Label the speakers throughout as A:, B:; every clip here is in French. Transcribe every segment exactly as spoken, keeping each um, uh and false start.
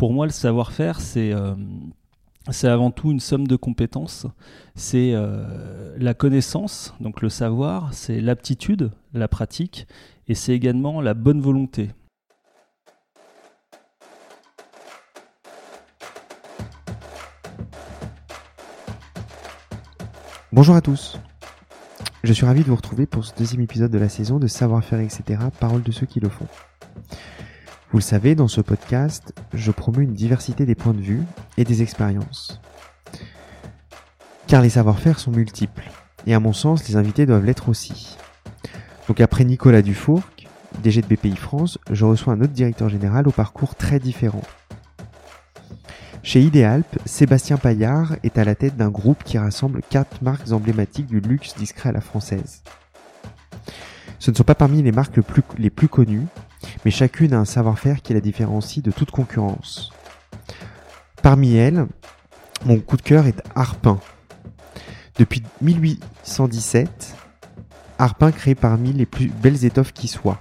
A: pour moi, le savoir-faire, c'est, euh, c'est avant tout une somme de compétences. C'est euh, la connaissance, donc le savoir, c'est l'aptitude, la pratique, et c'est également la bonne volonté.
B: Bonjour à tous, je suis ravi de vous retrouver pour ce deuxième épisode de la saison de Savoir-faire, et cetera, paroles de ceux qui le font. Vous le savez, dans ce podcast, je promeux une diversité des points de vue et des expériences. Car les savoir-faire sont multiples, et à mon sens, les invités doivent l'être aussi. Donc après Nicolas Dufourc, D G de B P I France, je reçois un autre directeur général au parcours très différent. Chez Idealp, Sébastien Paillard est à la tête d'un groupe qui rassemble quatre marques emblématiques du luxe discret à la française. Ce ne sont pas parmi les marques le plus, les plus connues, mais chacune a un savoir-faire qui la différencie de toute concurrence. Parmi elles, mon coup de cœur est Arpin. Depuis mille huit cent dix-sept, Arpin crée parmi les plus belles étoffes qui soient.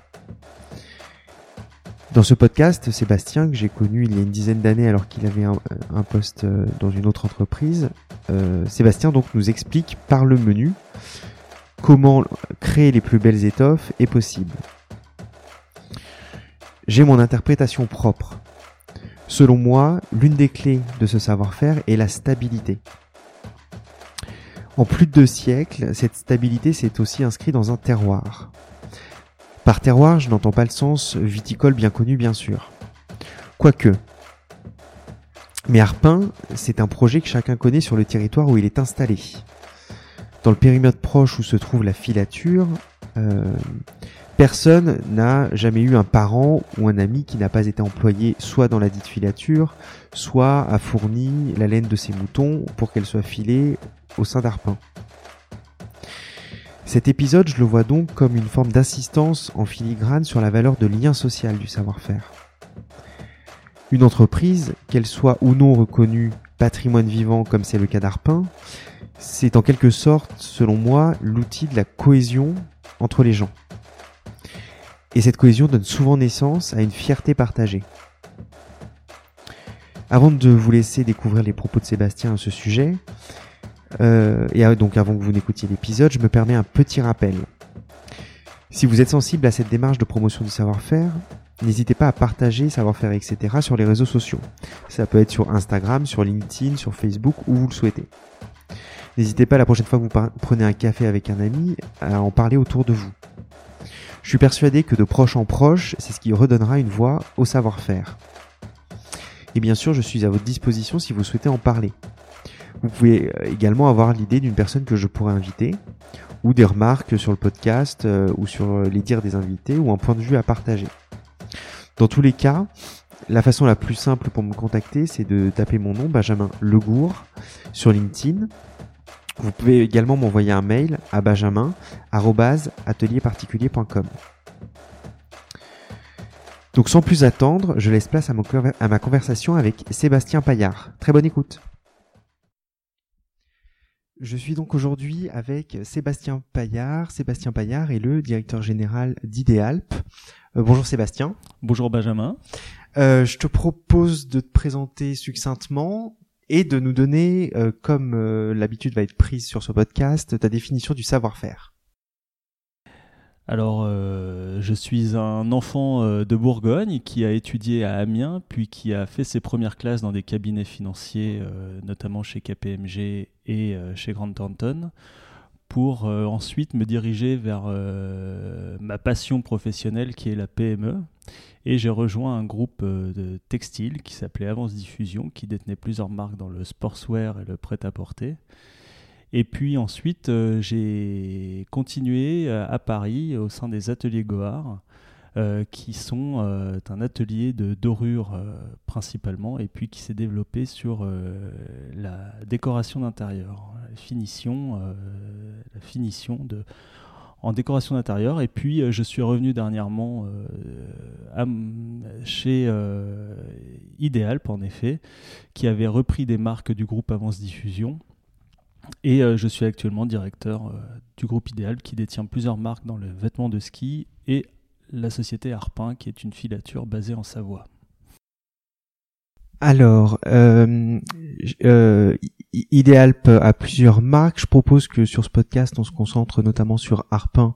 B: Dans ce podcast, Sébastien, que j'ai connu il y a une dizaine d'années alors qu'il avait un, un poste dans une autre entreprise, euh, Sébastien donc nous explique par le menu comment créer les plus belles étoffes est possible. J'ai mon interprétation propre. Selon moi, l'une des clés de ce savoir-faire est la stabilité. En plus de deux siècles, cette stabilité s'est aussi inscrite dans un terroir. Par terroir, je n'entends pas le sens viticole bien connu, bien sûr. Quoique. Mais Arpin, c'est un projet que chacun connaît sur le territoire où il est installé. Dans le périmètre proche où se trouve la filature, euh, personne n'a jamais eu un parent ou un ami qui n'a pas été employé soit dans la dite filature, soit a fourni la laine de ses moutons pour qu'elle soit filée au sein d'Arpin. Cet épisode, je le vois donc comme une forme d'assistance en filigrane sur la valeur de lien social du savoir-faire. Une entreprise, qu'elle soit ou non reconnue patrimoine vivant comme c'est le cas d'Arpin, c'est en quelque sorte, selon moi, l'outil de la cohésion entre les gens. Et cette cohésion donne souvent naissance à une fierté partagée. Avant de vous laisser découvrir les propos de Sébastien à ce sujet, Euh, et donc avant que vous n'écoutiez l'épisode, je me permets un petit rappel. Si vous êtes sensible à cette démarche de promotion du savoir-faire, n'hésitez pas à partager savoir-faire, et cetera sur les réseaux sociaux. Ça peut être sur Instagram, sur LinkedIn, sur Facebook, où vous le souhaitez. N'hésitez pas la prochaine fois que vous prenez un café avec un ami à en parler autour de vous. Je suis persuadé que de proche en proche, c'est ce qui redonnera une voix au savoir-faire. Et bien sûr, je suis à votre disposition si vous souhaitez en parler. Vous pouvez également avoir l'idée d'une personne que je pourrais inviter, ou des remarques sur le podcast, euh, ou sur les dires des invités, ou un point de vue à partager. Dans tous les cas, la façon la plus simple pour me contacter, c'est de taper mon nom, Benjamin Legour, sur LinkedIn. Vous pouvez également m'envoyer un mail à benjamin arobase atelier particulier point com. Donc sans plus attendre, je laisse place à, mon, à ma conversation avec Sébastien Paillard. Très bonne écoute. Je suis donc aujourd'hui avec Sébastien Paillard. Sébastien Paillard est le directeur général d'Idealp. Euh, bonjour Sébastien.
A: Bonjour Benjamin.
B: Euh, je te propose de te présenter succinctement et de nous donner, euh, comme euh, l'habitude va être prise sur ce podcast, ta définition du savoir-faire.
A: Alors, euh, je suis un enfant euh, de Bourgogne qui a étudié à Amiens, puis qui a fait ses premières classes dans des cabinets financiers, euh, notamment chez K P M G et euh, chez Grant Thornton, pour euh, ensuite me diriger vers euh, ma passion professionnelle qui est la P M E. Et j'ai rejoint un groupe euh, de textile qui s'appelait Avance Diffusion, qui détenait plusieurs marques dans le sportswear et le prêt-à-porter. Et puis ensuite, euh, j'ai continué euh, à Paris au sein des ateliers Gohard, euh, qui sont euh, un atelier de dorure euh, principalement, et puis qui s'est développé sur euh, la décoration d'intérieur, la finition, euh, la finition de, en décoration d'intérieur. Et puis, euh, je suis revenu dernièrement euh, à, chez euh, Idealp, en effet, qui avait repris des marques du groupe Avance Diffusion. Et euh, je suis actuellement directeur euh, du groupe Idealp qui détient plusieurs marques dans le vêtement de ski et la société Arpin qui est une filature basée en Savoie.
B: Alors, euh, euh, Idealp a plusieurs marques. Je propose que sur ce podcast, on se concentre notamment sur Arpin,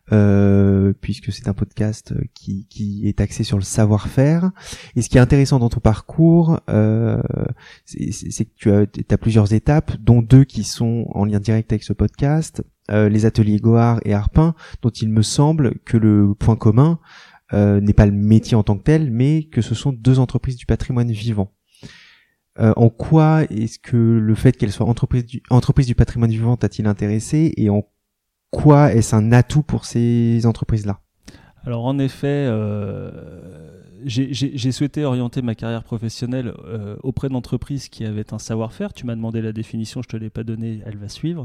B: euh, puisque c'est un podcast qui, qui est axé sur le savoir-faire. Et ce qui est intéressant dans ton parcours, euh, c'est, c'est que tu as, tu as plusieurs étapes, dont deux qui sont en lien direct avec ce podcast, euh, les ateliers Gohard et Arpin, dont il me semble que le point commun euh, n'est pas le métier en tant que tel, mais que ce sont deux entreprises du patrimoine vivant. Euh, en quoi est-ce que le fait qu'elles soient entreprises du, entreprises du patrimoine vivant t'a-t-il intéressé, et en quoi est-ce un atout pour ces entreprises-là?
A: Alors en effet, euh, j'ai, j'ai, j'ai souhaité orienter ma carrière professionnelle euh, auprès d'entreprises qui avaient un savoir-faire. Tu m'as demandé la définition, je ne te l'ai pas donnée, elle va suivre.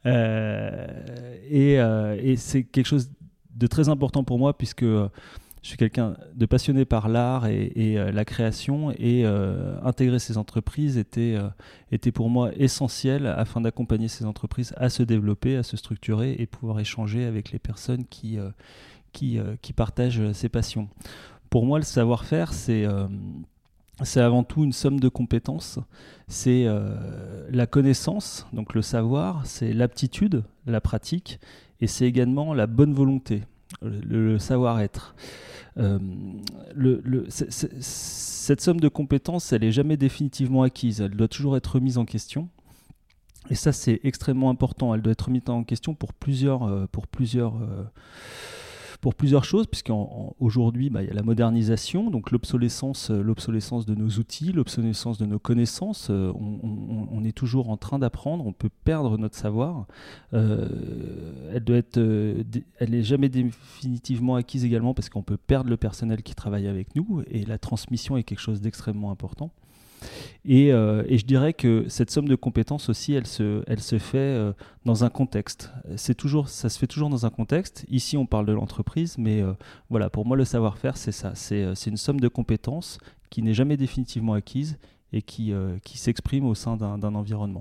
A: Euh, et, euh, et c'est quelque chose de très important pour moi, puisque je suis quelqu'un de passionné par l'art et, et euh, la création, et euh, intégrer ces entreprises était, euh, était pour moi essentiel afin d'accompagner ces entreprises à se développer, à se structurer et pouvoir échanger avec les personnes qui, euh, qui, euh, qui partagent ces passions. Pour moi, le savoir-faire, c'est, euh, c'est avant tout une somme de compétences. C'est euh, la connaissance, donc le savoir, c'est l'aptitude, la pratique, et c'est également la bonne volonté, le, le savoir-être. Euh, le, le, c'est, c'est, cette somme de compétences, elle n'est jamais définitivement acquise, elle doit toujours être remise en question, et ça c'est extrêmement important. Elle doit être remise en question pour plusieurs, euh, pour plusieurs, euh, pour plusieurs choses, puisqu'aujourd'hui bah, il y a la modernisation, donc l'obsolescence, euh, l'obsolescence de nos outils, l'obsolescence de nos connaissances. Euh, on, on, on est toujours en train d'apprendre, on peut perdre notre savoir. Euh, elle doit être, euh, dé, elle n'est jamais définitivement acquise également, parce qu'on peut perdre le personnel qui travaille avec nous, et la transmission est quelque chose d'extrêmement important. Et, euh, et je dirais que cette somme de compétences aussi, elle se, elle se fait euh, dans un contexte. C'est toujours, ça se fait toujours dans un contexte. Ici, on parle de l'entreprise, mais euh, voilà, pour moi, le savoir-faire, c'est ça. C'est, c'est une somme de compétences qui n'est jamais définitivement acquise et qui, euh, qui s'exprime au sein d'un, d'un environnement.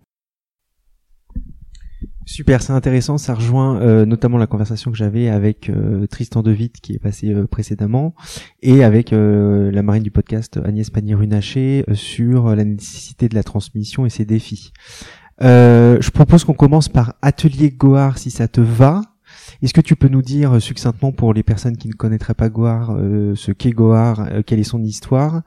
B: Super, c'est intéressant, ça rejoint euh, notamment la conversation que j'avais avec euh, Tristan Dewitt qui est passé euh, précédemment, et avec euh, la marraine du podcast Agnès Pannier-Runacher euh, sur la nécessité de la transmission et ses défis. Euh, je propose qu'on commence par Atelier Gohard, si ça te va. Est-ce que tu peux nous dire succinctement, pour les personnes qui ne connaîtraient pas Gohard, euh, ce qu'est Gohard, euh, quelle est son histoire,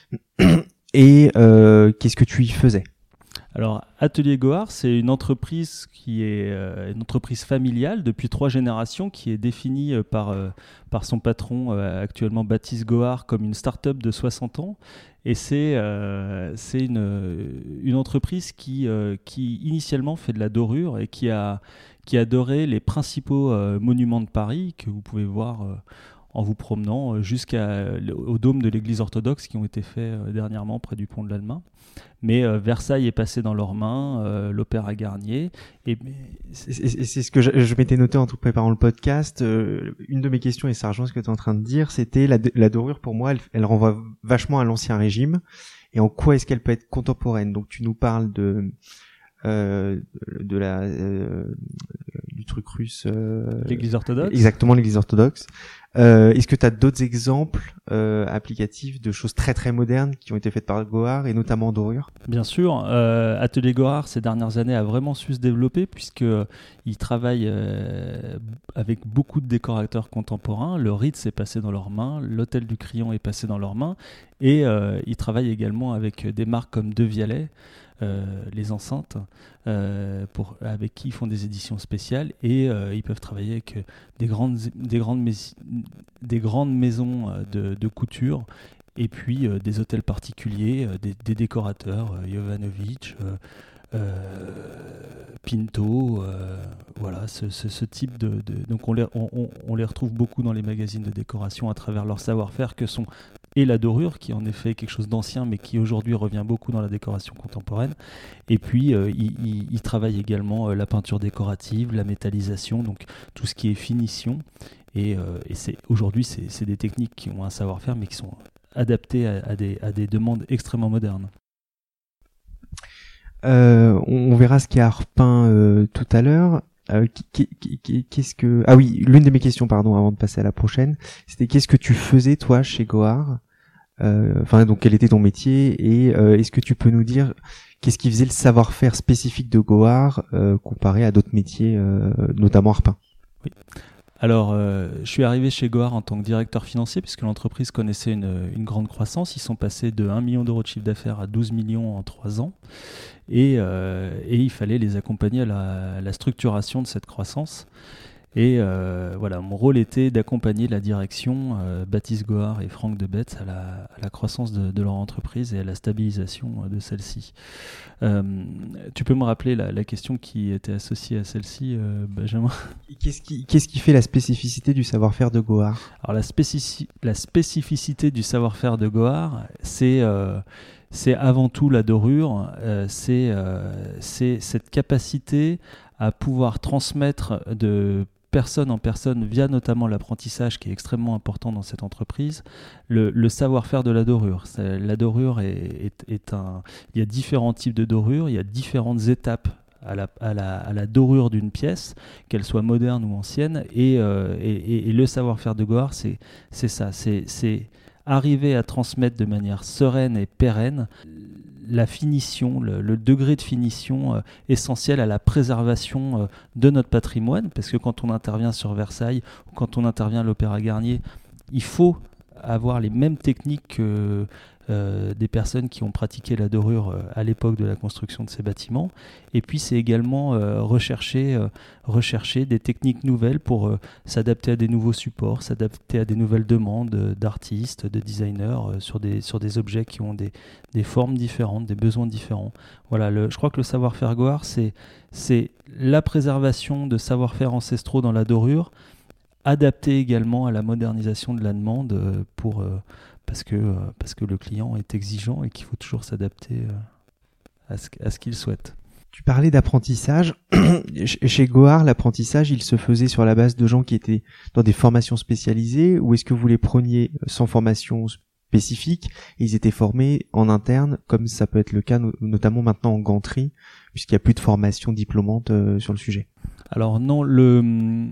B: et euh, qu'est-ce que tu y faisais?
A: Alors, Atelier Gohard, c'est une entreprise qui est euh, une entreprise familiale depuis trois générations, qui est définie euh, par, euh, par son patron, euh, actuellement Baptiste Gohard, comme une start-up de soixante ans. Et c'est, euh, c'est une, une entreprise qui, euh, qui initialement fait de la dorure, et qui a, qui a doré les principaux euh, monuments de Paris, que vous pouvez voir euh, en vous promenant, jusqu'au dôme de l'église orthodoxe, qui ont été faits euh, dernièrement près du pont de l'Alma. Mais euh, Versailles est passé dans leurs mains, euh, l'Opéra Garnier. Et
B: c'est, c'est, c'est ce que je, je m'étais noté en tout préparant le podcast. Euh, une de mes questions, et ça rejoint ce que tu es en train de dire, c'était la, la dorure. Pour moi, elle, elle renvoie vachement à l'Ancien Régime. Et en quoi est-ce qu'elle peut être contemporaine? Donc tu nous parles de euh, de la euh, du truc russe. Euh,
A: L'Église orthodoxe.
B: Exactement, l'Église orthodoxe. Euh, est-ce que tu as d'autres exemples euh, applicatifs de choses très très modernes qui ont été faites par Gohard, et notamment en dorure?
A: Bien sûr. Euh, Atelier Gohard, ces dernières années, a vraiment su se développer, puisqu'il euh, travaille euh, avec beaucoup de décorateurs contemporains. Le Ritz est passé dans leurs mains, l'Hôtel du Crillon est passé dans leurs mains, et euh, il travaille également avec des marques comme De Vialet, Euh, les enceintes, euh, pour, avec qui ils font des éditions spéciales, et euh, ils peuvent travailler avec des grandes, des grandes, mais, des grandes maisons de, de couture, et puis euh, des hôtels particuliers, euh, des, des décorateurs, euh, Jovanovic, euh, euh, Pinto, euh, voilà, ce, ce, ce type de, de donc on les, on, on, on les retrouve beaucoup dans les magazines de décoration à travers leur savoir-faire, que sont et la dorure, qui en effet est quelque chose d'ancien, mais qui aujourd'hui revient beaucoup dans la décoration contemporaine. Et puis, euh, il, il, il travaille également euh, la peinture décorative, la métallisation, donc tout ce qui est finition. Et, euh, et c'est, aujourd'hui, c'est, c'est des techniques qui ont un savoir-faire, mais qui sont adaptées à, à, des, à des demandes extrêmement modernes.
B: Euh, on, on verra ce qu'est Arpin euh, tout à l'heure. Euh, qu'est-ce que ah oui l'une de mes questions pardon avant de passer à la prochaine, c'était qu'est-ce que tu faisais toi chez Gohard Enfin, euh, donc quel était ton métier et euh, est-ce que tu peux nous dire qu'est-ce qui faisait le savoir-faire spécifique de Gohard euh, comparé à d'autres métiers, euh, notamment Arpin?
A: Oui. Alors, euh, je suis arrivé chez Gohard en tant que directeur financier puisque l'entreprise connaissait une, une grande croissance. Ils sont passés de un million d'euros de chiffre d'affaires à douze millions en trois ans. Et, euh, et il fallait les accompagner à la, à la structuration de cette croissance. Et euh, voilà, mon rôle était d'accompagner la direction, euh, Baptiste Gohard et Franck Debetz, à la, à la croissance de, de leur entreprise et à la stabilisation de celle-ci. Euh, tu peux me rappeler la, la question qui était associée à celle-ci, euh, Benjamin?
B: Qu'est-ce qui, qu'est-ce qui fait la spécificité du savoir-faire de Gohard?
A: Alors la, spécifi- la spécificité du savoir-faire de Gohard, c'est... Euh, c'est avant tout la dorure, euh, c'est, euh, c'est cette capacité à pouvoir transmettre de personne en personne, via notamment l'apprentissage qui est extrêmement important dans cette entreprise, le, le savoir-faire de la dorure. C'est, la dorure est, est, est un... Il y a différents types de dorure, il y a différentes étapes à la, à la, à la dorure d'une pièce, qu'elle soit moderne ou ancienne, et, euh, et, et, et le savoir-faire de Gohard, c'est, c'est ça, c'est... c'est arriver à transmettre de manière sereine et pérenne la finition, le, le degré de finition euh, essentiel à la préservation euh, de notre patrimoine, parce que quand on intervient sur Versailles ou quand on intervient à l'Opéra Garnier, il faut avoir les mêmes techniques que euh, des personnes qui ont pratiqué la dorure euh, à l'époque de la construction de ces bâtiments. Et puis c'est également euh, rechercher, euh, rechercher des techniques nouvelles pour euh, s'adapter à des nouveaux supports, s'adapter à des nouvelles demandes euh, d'artistes, de designers euh, sur, des, sur des objets qui ont des, des formes différentes, des besoins différents. Voilà, le, je crois que le savoir-faire Gohard, c'est, c'est la préservation de savoir-faire ancestraux dans la dorure, adapté également à la modernisation de la demande euh, pour, euh, parce, que, euh, parce que le client est exigeant et qu'il faut toujours s'adapter euh, à, ce, à ce qu'il souhaite.
B: Tu parlais d'apprentissage. Chez Gohard, l'apprentissage, il se faisait sur la base de gens qui étaient dans des formations spécialisées, ou est-ce que vous les preniez sans formation spécifique et ils étaient formés en interne, comme ça peut être le cas no- notamment maintenant en ganterie, puisqu'il n'y a plus de formation diplômante euh, sur le sujet?
A: Alors non, le,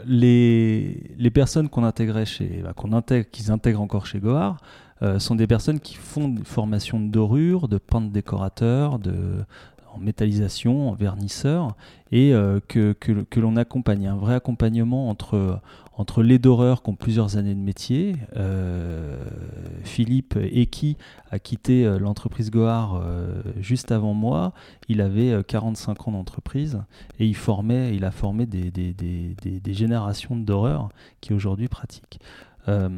A: les, les personnes qu'on intégrait chez, bah, qu'on intègre, qu'ils intègrent encore chez Gohard, euh, sont des personnes qui font des formations de dorure, de peintre décorateur, de en métallisation, en vernisseur, et euh, que, que, que l'on accompagne, un vrai accompagnement entre, entre les doreurs qui ont plusieurs années de métier. Euh, Philippe Eki a quitté euh, l'entreprise Gohard euh, juste avant moi. Il avait euh, quarante-cinq ans d'entreprise et il, formait, il a formé des, des, des, des, des générations de doreurs qui aujourd'hui pratiquent. Euh,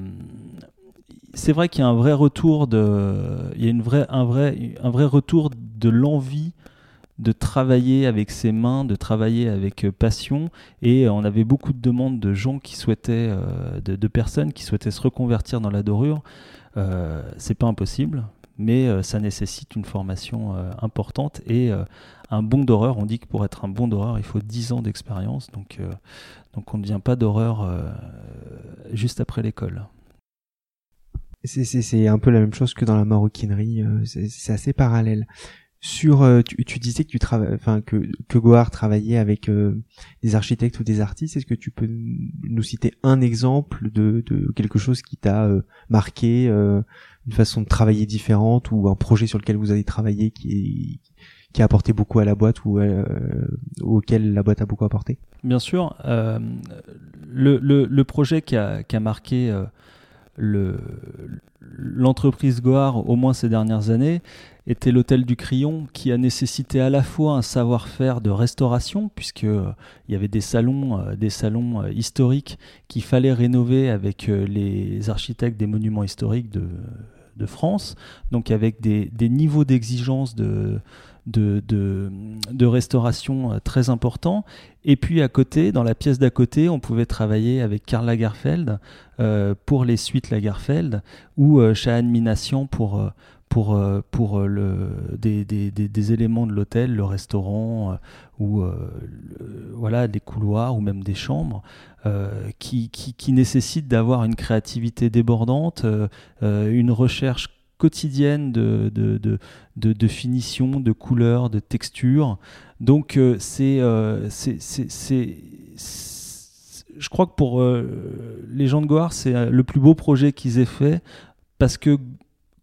A: c'est vrai qu'il y a un vrai retour de, il y a une vraie, un, vrai, un vrai retour de l'envie de travailler avec ses mains, de travailler avec euh, passion, et euh, on avait beaucoup de demandes de gens qui souhaitaient, euh, de, de personnes qui souhaitaient se reconvertir dans la dorure. Euh, c'est pas impossible, mais euh, ça nécessite une formation euh, importante et euh, un bon doreur. On dit que pour être un bon doreur, il faut dix ans d'expérience, donc, euh, donc on ne devient pas doreur euh, juste après l'école.
B: C'est, c'est, c'est un peu la même chose que dans la maroquinerie, euh, c'est, c'est assez parallèle. Sur, euh, tu, tu disais que tu travailles, enfin que que Gohard travaillait avec euh, des architectes ou des artistes. Est-ce que tu peux nous citer un exemple de, de quelque chose qui t'a euh, marqué, euh, une façon de travailler différente ou un projet sur lequel vous avez travaillé qui qui a apporté beaucoup à la boîte ou euh, auquel la boîte a beaucoup apporté?
A: Bien sûr, euh, le, le le projet qui a qui a marqué euh, le l'entreprise Gohard au moins ces dernières années était l'hôtel du Crillon, qui a nécessité à la fois un savoir-faire de restauration, puisque euh, il y avait des salons, euh, des salons euh, historiques qu'il fallait rénover avec euh, les architectes des monuments historiques de, de France, donc avec des, des niveaux d'exigence de, de, de, de restauration euh, très importants. Et puis à côté, dans la pièce d'à côté, on pouvait travailler avec Karl Lagerfeld euh, pour les suites Lagerfeld, ou euh, Shahan Minassian pour... Euh, pour, euh, pour le, des, des, des, des éléments de l'hôtel, le restaurant, euh, ou euh, le, voilà, des couloirs ou même des chambres, euh, qui, qui, qui nécessitent d'avoir une créativité débordante, euh, euh, une recherche quotidienne de, de, de, de, de finition, de couleurs, de texture. Donc euh, c'est, euh, c'est, c'est, c'est, c'est... Je crois que pour euh, les gens de Gohard, c'est le plus beau projet qu'ils aient fait, parce que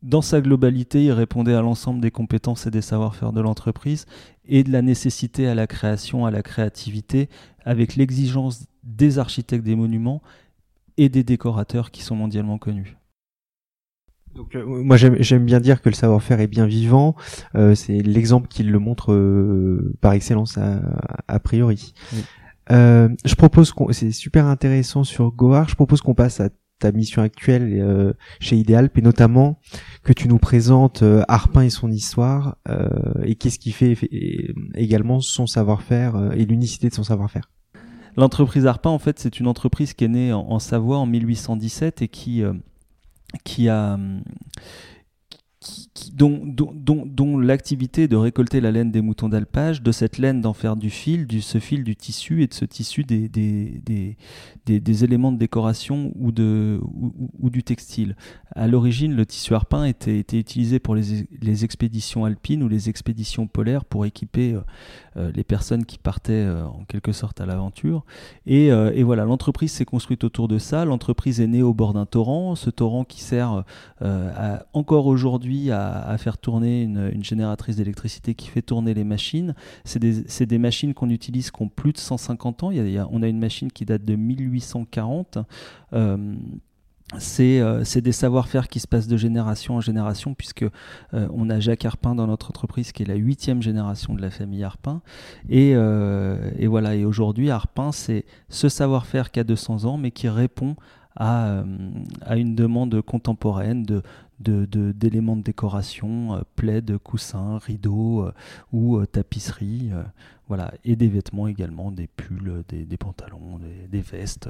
A: dans sa globalité, il répondait à l'ensemble des compétences et des savoir-faire de l'entreprise et de la nécessité à la création, à la créativité, avec l'exigence des architectes des monuments et des décorateurs qui sont mondialement connus.
B: Donc, euh, moi j'aime, j'aime bien dire que le savoir-faire est bien vivant, euh, c'est l'exemple qui le montre euh, par excellence a, a priori. Oui. Euh, je propose qu'on, c'est super intéressant sur Goar, je propose qu'on passe à ta mission actuelle euh, chez Idealp et notamment que tu nous présentes euh, Arpin et son histoire euh, et qu'est-ce qui fait, fait et, également son savoir-faire euh, et l'unicité de son savoir-faire.
A: L'entreprise Arpin, en fait, c'est une entreprise qui est née en, en Savoie en mille huit cent dix-sept et qui euh, qui a qui, qui, dont, dont, dont, dont l'activité est de récolter la laine des moutons d'alpage, de cette laine d'en faire du fil, du, ce fil du tissu et de ce tissu des, des, des, des, des éléments de décoration ou, de, ou, ou du textile. À l'origine, le tissu arpin était, était utilisé pour les, les expéditions alpines ou les expéditions polaires pour équiper euh, les personnes qui partaient euh, en quelque sorte à l'aventure. Et, euh, et voilà, l'entreprise s'est construite autour de ça. L'entreprise est née au bord d'un torrent, ce torrent qui sert euh, à, encore aujourd'hui À, à faire tourner une, une génératrice d'électricité qui fait tourner les machines. C'est des, c'est des machines qu'on utilise qui ont plus de cent cinquante ans. Il y a, il y a, on a une machine qui date de mille huit cent quarante. Euh, c'est, euh, c'est des savoir-faire qui se passent de génération en génération puisque euh, on a Jacques Arpin dans notre entreprise qui est la huitième génération de la famille Arpin. Et, euh, et voilà. Et aujourd'hui, Arpin, c'est ce savoir-faire qui a deux cents ans mais qui répond à, euh, à une demande contemporaine de De, de, d'éléments de décoration, euh, plaids, coussins, rideaux euh, ou euh, tapisseries, euh, voilà, et des vêtements également, des pulls, des, des pantalons, des, des vestes.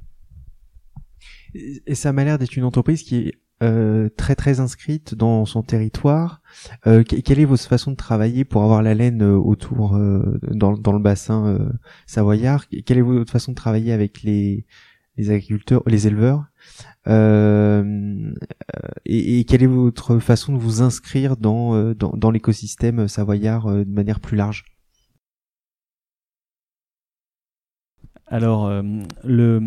B: Et, et ça m'a l'air d'être une entreprise qui est euh, très très inscrite dans son territoire. Euh, quelle est votre façon de travailler pour avoir la laine autour euh, dans, dans le bassin euh, savoyard? Quelle est votre façon de travailler avec les les agriculteurs, les éleveurs, euh, et, et quelle est votre façon de vous inscrire dans dans, dans l'écosystème savoyard de manière plus large?
A: Alors, euh, le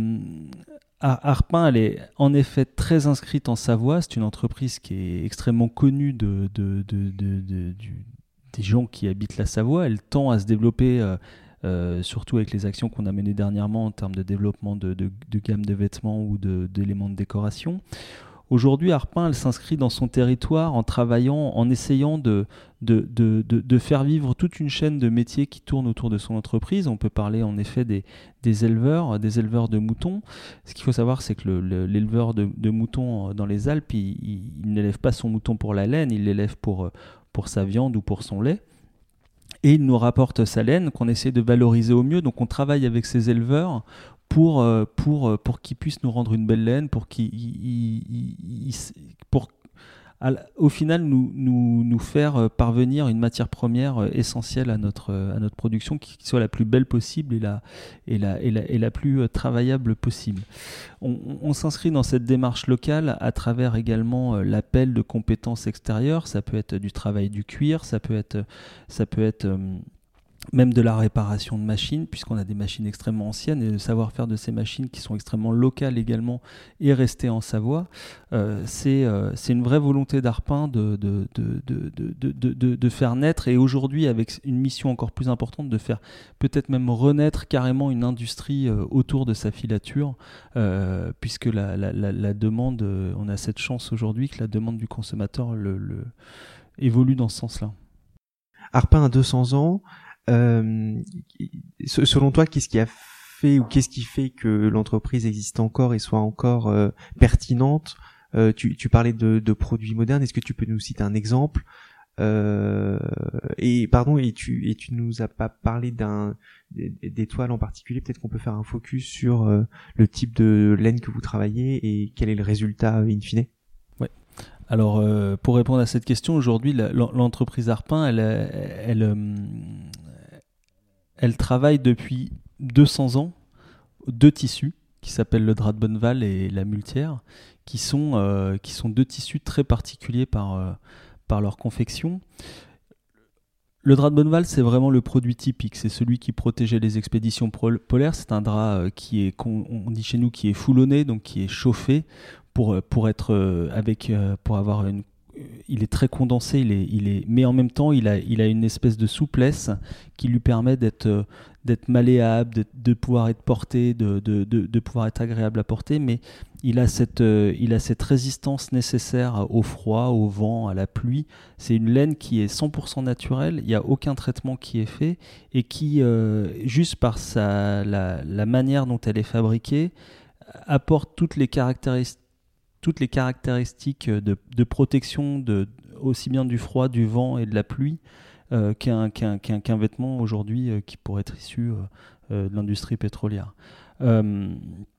A: Arpin, elle est en effet très inscrite en Savoie. C'est une entreprise qui est extrêmement connue de, de, de, de, de, du, des gens qui habitent la Savoie. Elle tend à se développer. Euh, Euh, surtout avec les actions qu'on a menées dernièrement en termes de développement de, de, de gamme de vêtements ou de, d'éléments de décoration. Aujourd'hui, Arpin, elle s'inscrit dans son territoire en travaillant, en essayant de, de, de, de, de faire vivre toute une chaîne de métiers qui tournent autour de son entreprise. On peut parler en effet des, des éleveurs, des éleveurs de moutons. Ce qu'il faut savoir, c'est que le, le, l'éleveur de, de moutons dans les Alpes, il, il, il n'élève pas son mouton pour la laine, il l'élève pour, pour sa viande ou pour son lait. Et il nous rapporte sa laine qu'on essaie de valoriser au mieux. Donc on travaille avec ces éleveurs pour, pour, pour qu'ils puissent nous rendre une belle laine, pour qu'ils, ils, ils, pour, au final, nous, nous, nous faire parvenir une matière première essentielle à notre, à notre production qui soit la plus belle possible et la, et la, et la, et la plus travaillable possible. On, on s'inscrit dans cette démarche locale à travers également l'appel de compétences extérieures. Ça peut être du travail du cuir, ça peut être, ça peut être même de la réparation de machines, puisqu'on a des machines extrêmement anciennes, et le savoir-faire de ces machines qui sont extrêmement locales également et restées en Savoie. Euh, c'est, euh, c'est une vraie volonté d'Arpin de, de, de, de, de, de, de, de faire naître, et aujourd'hui avec une mission encore plus importante, de faire peut-être même renaître carrément une industrie euh, autour de sa filature, euh, puisque la, la, la, la demande, euh, on a cette chance aujourd'hui que la demande du consommateur le, le, évolue dans ce sens-là.
B: Arpin a deux cents ans. Euh, selon toi, qu'est-ce qui a fait ou qu'est-ce qui fait que l'entreprise existe encore et soit encore euh, pertinente? euh, tu, tu parlais de, de produits modernes. Est-ce que tu peux nous citer un exemple? euh, Et pardon, et tu et tu nous as pas parlé d'un d'étoiles en particulier. Peut-être qu'on peut faire un focus sur euh, le type de laine que vous travaillez et quel est le résultat in fine.
A: Ouais. Alors, euh, pour répondre à cette question, aujourd'hui, la, l'entreprise Arpin, elle, elle, elle, elle travaille depuis deux cents ans deux tissus qui s'appellent le drap de Bonneval et la muletière, qui sont, euh, qui sont deux tissus très particuliers par, euh, par leur confection. Le drap de Bonneval, c'est vraiment le produit typique. C'est celui qui protégeait les expéditions polaires. C'est un drap euh, qui est, on dit chez nous, qui est foulonné, donc qui est chauffé pour, pour, être, euh, avec, euh, pour avoir une il est très condensé, il est, il est, mais en même temps, il a, il a une espèce de souplesse qui lui permet d'être, d'être malléable, de, de pouvoir être porté, de, de, de, de pouvoir être agréable à porter, mais il a cette, euh, il a cette résistance nécessaire au froid, au vent, à la pluie. C'est une laine qui est cent pour cent naturelle, il n'y a aucun traitement qui est fait, et qui, euh, juste par sa, la, la manière dont elle est fabriquée, apporte toutes les caractéristiques toutes les caractéristiques de, de protection de, aussi bien du froid, du vent et de la pluie euh, qu'un, qu'un, qu'un, qu'un vêtement aujourd'hui euh, qui pourrait être issu euh, de l'industrie pétrolière. Euh,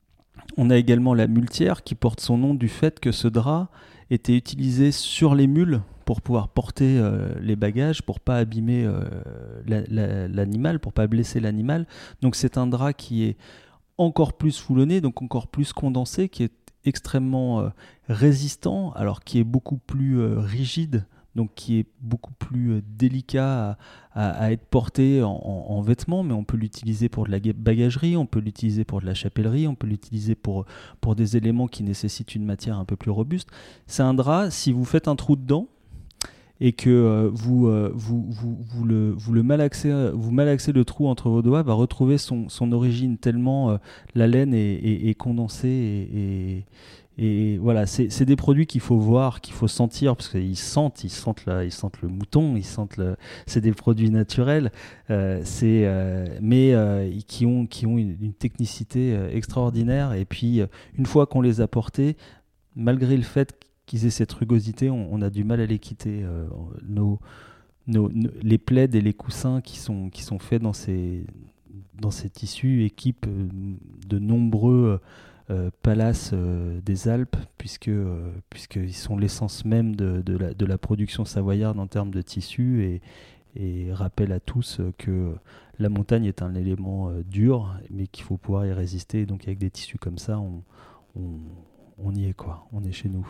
A: on a également la muletière qui porte son nom du fait que ce drap était utilisé sur les mules pour pouvoir porter euh, les bagages, pour ne pas abîmer euh, la, la, l'animal, pour ne pas blesser l'animal. Donc c'est un drap qui est encore plus foulonné, donc encore plus condensé, qui est extrêmement euh, résistant, alors qui est beaucoup plus euh, rigide, donc qui est beaucoup plus euh, délicat à, à, à être porté en, en, en vêtements, mais on peut l'utiliser pour de la bagagerie, on peut l'utiliser pour de la chapellerie, on peut l'utiliser pour, pour des éléments qui nécessitent une matière un peu plus robuste. C'est un drap, si vous faites un trou dedans, et que euh, vous, euh, vous, vous, vous, le, vous le malaxez, vous malaxez le trou entre vos doigts, va retrouver son, son origine tellement euh, la laine est, est, est condensée et, et, et voilà, c'est, c'est des produits qu'il faut voir, qu'il faut sentir, parce qu'ils sentent, ils sentent, la, ils sentent le mouton, ils sentent le, c'est des produits naturels, euh, c'est, euh, mais euh, qui ont, qui ont une, une technicité euh, extraordinaire, et puis euh, une fois qu'on les a portés, malgré le fait qu'ils aient cette rugosité, on, on a du mal à les quitter. Euh, nos, nos, nos, les plaids et les coussins qui sont, qui sont faits dans ces, dans ces tissus équipent de nombreux euh, palaces euh, des Alpes, puisque, euh, puisqu'ils sont l'essence même de, de, la, de la production savoyarde en termes de tissus, et, et rappellent à tous que la montagne est un élément euh, dur, mais qu'il faut pouvoir y résister. Donc avec des tissus comme ça, on, on, on y est, quoi. On est chez nous.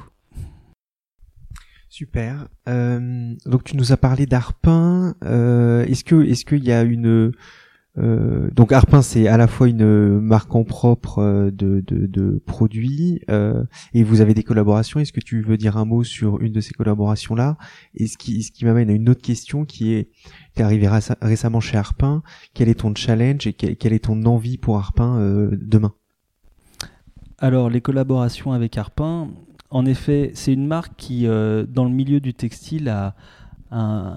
B: Super. Euh, donc tu nous as parlé d'Arpin. Euh, est-ce que est-ce qu'il y a une euh, donc Arpin, c'est à la fois une marque en propre de de, de produits euh, et vous avez des collaborations. Est-ce que tu veux dire un mot sur une de ces collaborations là? Et ce qui ce qui m'amène à une autre question qui est t'es arrivé réc- récemment chez Arpin. Quel est ton challenge et quelle, quelle est ton envie pour Arpin euh, demain?
A: Alors les collaborations avec Arpin. En effet, c'est une marque qui, euh, dans le milieu du textile, a un,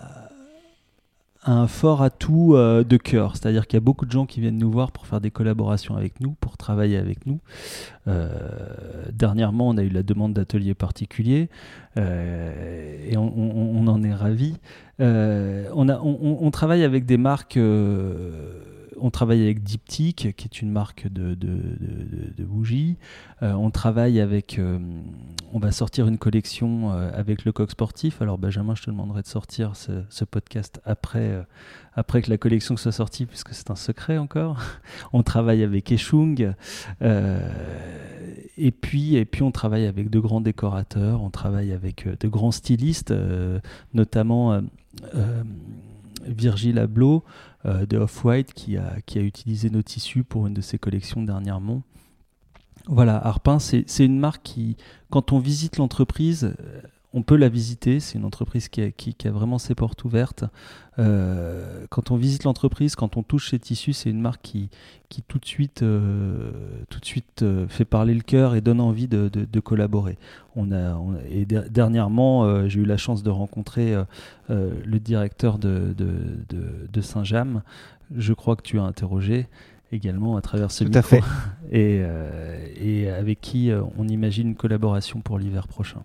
A: un fort atout euh, de cœur. C'est-à-dire qu'il y a beaucoup de gens qui viennent nous voir pour faire des collaborations avec nous, pour travailler avec nous. Euh, dernièrement, on a eu la demande d'ateliers particuliers euh, et on, on, on en est ravis. Euh, on, a, on, on travaille avec des marques... Euh, On travaille avec Diptyque, qui est une marque de, de, de, de bougies. Euh, on travaille avec... Euh, on va sortir une collection euh, avec Le Coq Sportif. Alors Benjamin, je te demanderai de sortir ce, ce podcast après, euh, après que la collection soit sortie, puisque c'est un secret encore. On travaille avec Echung. Euh, et, puis, et puis on travaille avec de grands décorateurs. On travaille avec euh, de grands stylistes, euh, notamment... Euh, euh, Virgile Abloh euh, de Off-White qui a, qui a utilisé nos tissus pour une de ses collections dernièrement. Voilà, Arpin, c'est, c'est une marque qui, quand on visite l'entreprise, on peut la visiter. C'est une entreprise qui a, qui, qui a vraiment ses portes ouvertes. Euh, quand on visite l'entreprise, quand on touche ses tissus, c'est une marque qui, qui tout de suite, euh, tout de suite euh, fait parler le cœur et donne envie de, de, de collaborer. On a, on a, et de, dernièrement, euh, j'ai eu la chance de rencontrer euh, euh, le directeur de, de, de, de Saint-James. Je crois que tu as interrogé également à travers ce
B: Tout
A: micro.
B: à fait.
A: Et, euh, et avec qui euh, on imagine une collaboration pour l'hiver prochain.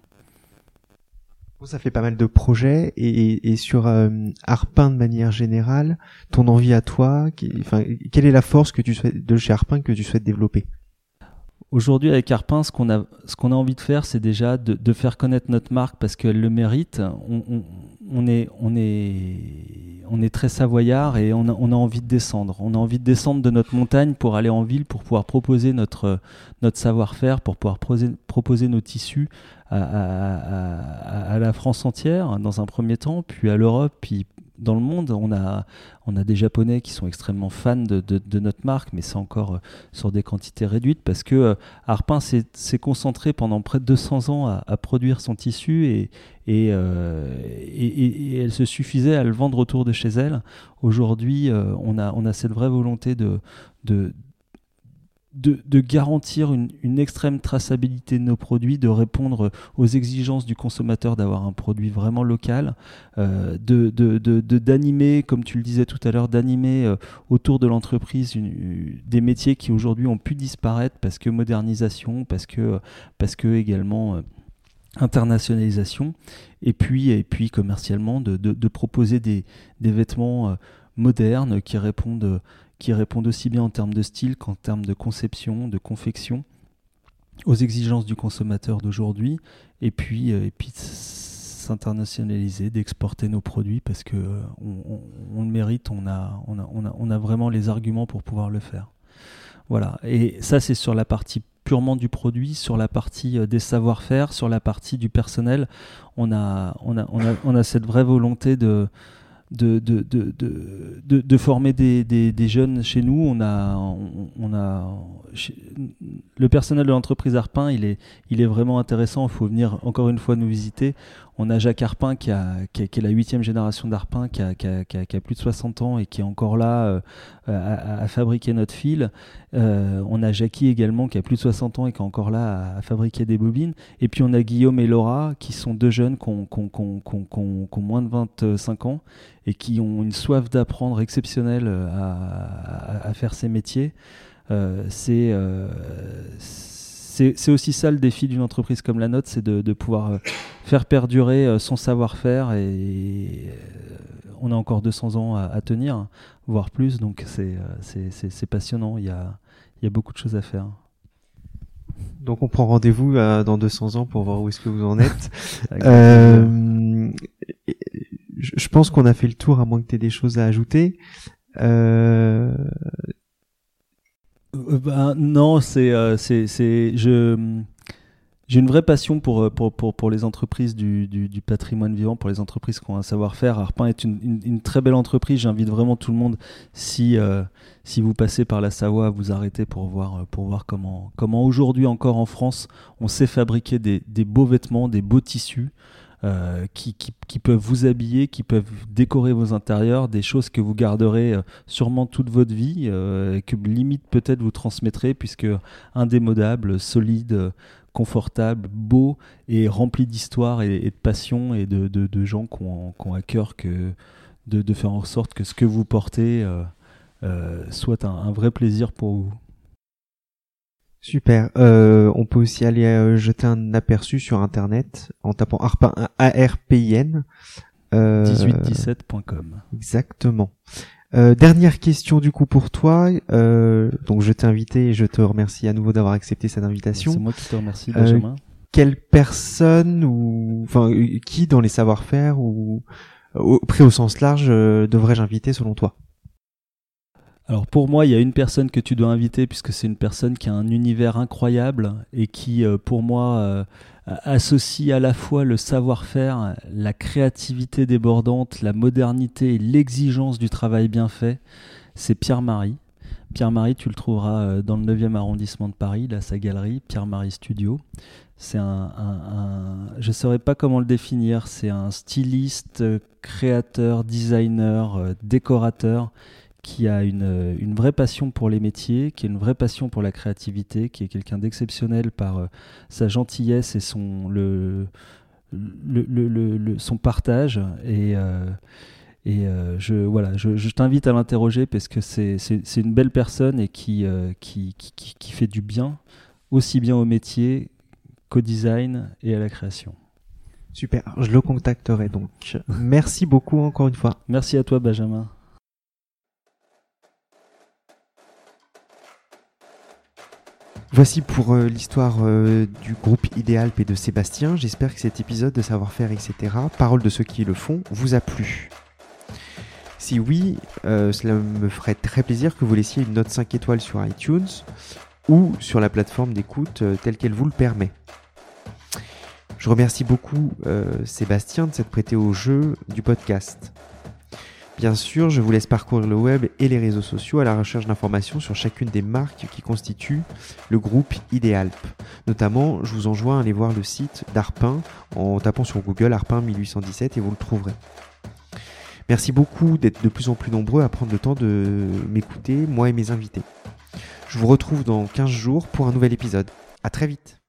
B: Ça fait pas mal de projets et, et, et sur euh, Arpin de manière générale, ton envie à toi, qui, enfin, quelle est la force que tu souhaites, de chez Arpin que tu souhaites développer?
A: Aujourd'hui, avec Arpin, ce qu'on a, ce qu'on a envie de faire, c'est déjà de, de faire connaître notre marque parce qu'elle le mérite. On, on, on, est, on, est, on est très savoyard et on a, on a envie de descendre. On a envie de descendre de notre montagne pour aller en ville, pour pouvoir proposer notre, notre savoir-faire, pour pouvoir proposer, proposer nos tissus à, à, à, à la France entière, dans un premier temps, puis à l'Europe, puis dans le monde. On a, on a des Japonais qui sont extrêmement fans de, de, de notre marque, mais c'est encore euh, sur des quantités réduites parce que euh, Harpin s'est, s'est concentré pendant près de deux cents ans à, à produire son tissu et, et, euh, et, et, et elle se suffisait à le vendre autour de chez elle. Aujourd'hui, euh, on, a, on a cette vraie volonté de, de De, de garantir une, une extrême traçabilité de nos produits, de répondre aux exigences du consommateur d'avoir un produit vraiment local, euh, de, de, de, de, d'animer, comme tu le disais tout à l'heure, d'animer euh, autour de l'entreprise une, une, des métiers qui aujourd'hui ont pu disparaître parce que modernisation, parce que, parce que également euh, internationalisation, et puis, et puis commercialement de, de, de proposer des, des vêtements euh, modernes qui répondent qui répondent aussi bien en termes de style qu'en termes de conception, de confection, aux exigences du consommateur d'aujourd'hui, et puis, et puis s'internationaliser, d'exporter nos produits, parce qu'on on, on le mérite, on a, on, a, on, a, on a vraiment les arguments pour pouvoir le faire. Voilà, et ça c'est sur la partie purement du produit, sur la partie des savoir-faire, sur la partie du personnel, on a, on a, on a, on a cette vraie volonté de... De, de, de, de, de, de former des, des, des jeunes chez nous. On a, on, on a, chez, le personnel de l'entreprise Harpin, il est, il est vraiment intéressant. Il faut venir encore une fois nous visiter. On a Jacques Harpin qui, a, qui, a, qui est la huitième génération d'Harpin, qui a, qui, a, qui, a, qui a plus de soixante ans et qui est encore là euh, à, à fabriquer notre fil. Euh, on a Jackie également qui a plus de soixante ans et qui est encore là à, à fabriquer des bobines. Et puis on a Guillaume et Laura qui sont deux jeunes qui ont, qui ont, qui ont, qui ont, qui ont, qui ont moins de vingt-cinq ans et qui ont une soif d'apprendre exceptionnelle à, à, à faire ces métiers. Euh, c'est... Euh, C'est, c'est aussi ça le défi d'une entreprise comme la nôtre, c'est de, de pouvoir euh, faire perdurer euh, son savoir-faire et, et euh, on a encore deux cents ans à, à tenir, voire plus, donc c'est, euh, c'est, c'est, c'est passionnant, il y a, il y a beaucoup de choses à faire.
B: Donc on prend rendez-vous euh, dans deux cents ans pour voir où est-ce que vous en êtes. euh, je pense qu'on a fait le tour, à moins que tu aies des choses à ajouter. Euh...
A: Euh, bah, non, c'est, euh, c'est, c'est, je, j'ai une vraie passion pour, pour, pour, pour les entreprises du, du, du patrimoine vivant, pour les entreprises qui ont un savoir-faire. Harpin est une, une, une très belle entreprise. J'invite vraiment tout le monde, si, euh, si vous passez par la Savoie, à vous arrêter pour voir, pour voir comment, comment aujourd'hui encore en France, on sait fabriquer des, des beaux vêtements, des beaux tissus. Euh, qui, qui, qui peuvent vous habiller, qui peuvent décorer vos intérieurs, des choses que vous garderez euh, sûrement toute votre vie, euh, et que limite peut-être vous transmettrez, puisque indémodable, solide, euh, confortable, beau et rempli d'histoire et, et de passion et de, de, de gens qui ont, qui ont à cœur que de, de faire en sorte que ce que vous portez euh, euh, soit un, un vrai plaisir pour vous.
B: Super. Euh, on peut aussi aller euh, jeter un aperçu sur internet en tapant Harpin, A R P I N. Euh,
A: dix-huit dix-sept point com.
B: Exactement. Euh, dernière question du coup pour toi. Euh, donc je t'ai invité et je te remercie à nouveau d'avoir accepté cette invitation.
A: C'est moi qui te remercie, Benjamin. Euh,
B: quelle personne ou enfin qui dans les savoir-faire ou au, pris au sens large euh, devrais-je inviter selon toi?
A: Alors pour moi, il y a une personne que tu dois inviter puisque c'est une personne qui a un univers incroyable et qui, euh, pour moi, euh, associe à la fois le savoir-faire, la créativité débordante, la modernité et l'exigence du travail bien fait. C'est Pierre-Marie. Pierre-Marie, tu le trouveras dans le neuvième arrondissement de Paris, là, sa galerie, Pierre-Marie Studio. C'est un, un, un, je ne saurais pas comment le définir, c'est un styliste, créateur, designer, euh, décorateur, qui a une, une vraie passion pour les métiers, qui a une vraie passion pour la créativité, qui est quelqu'un d'exceptionnel par euh, sa gentillesse et son, le, le, le, le, le, son partage. Et, euh, et euh, je, voilà, je, je t'invite à l'interroger parce que c'est, c'est, c'est une belle personne et qui, euh, qui, qui, qui fait du bien, aussi bien au métier qu'au design et à la création.
B: Super, je le contacterai donc. Merci beaucoup encore une fois.
A: Merci à toi, Benjamin.
B: Voici pour euh, l'histoire euh, du groupe Idealp et de Sébastien. J'espère que cet épisode de savoir-faire, et cetera, paroles de ceux qui le font, vous a plu. Si oui, euh, cela me ferait très plaisir que vous laissiez une note cinq étoiles sur iTunes ou sur la plateforme d'écoute euh, telle qu'elle vous le permet. Je remercie beaucoup euh, Sébastien de s'être prêté au jeu du podcast. Bien sûr, je vous laisse parcourir le web et les réseaux sociaux à la recherche d'informations sur chacune des marques qui constituent le groupe Idealp. Notamment, je vous enjoins à aller voir le site d'Arpin en tapant sur Google Arpin mille huit cent dix-sept et vous le trouverez. Merci beaucoup d'être de plus en plus nombreux à prendre le temps de m'écouter, moi et mes invités. Je vous retrouve dans quinze jours pour un nouvel épisode. À très vite.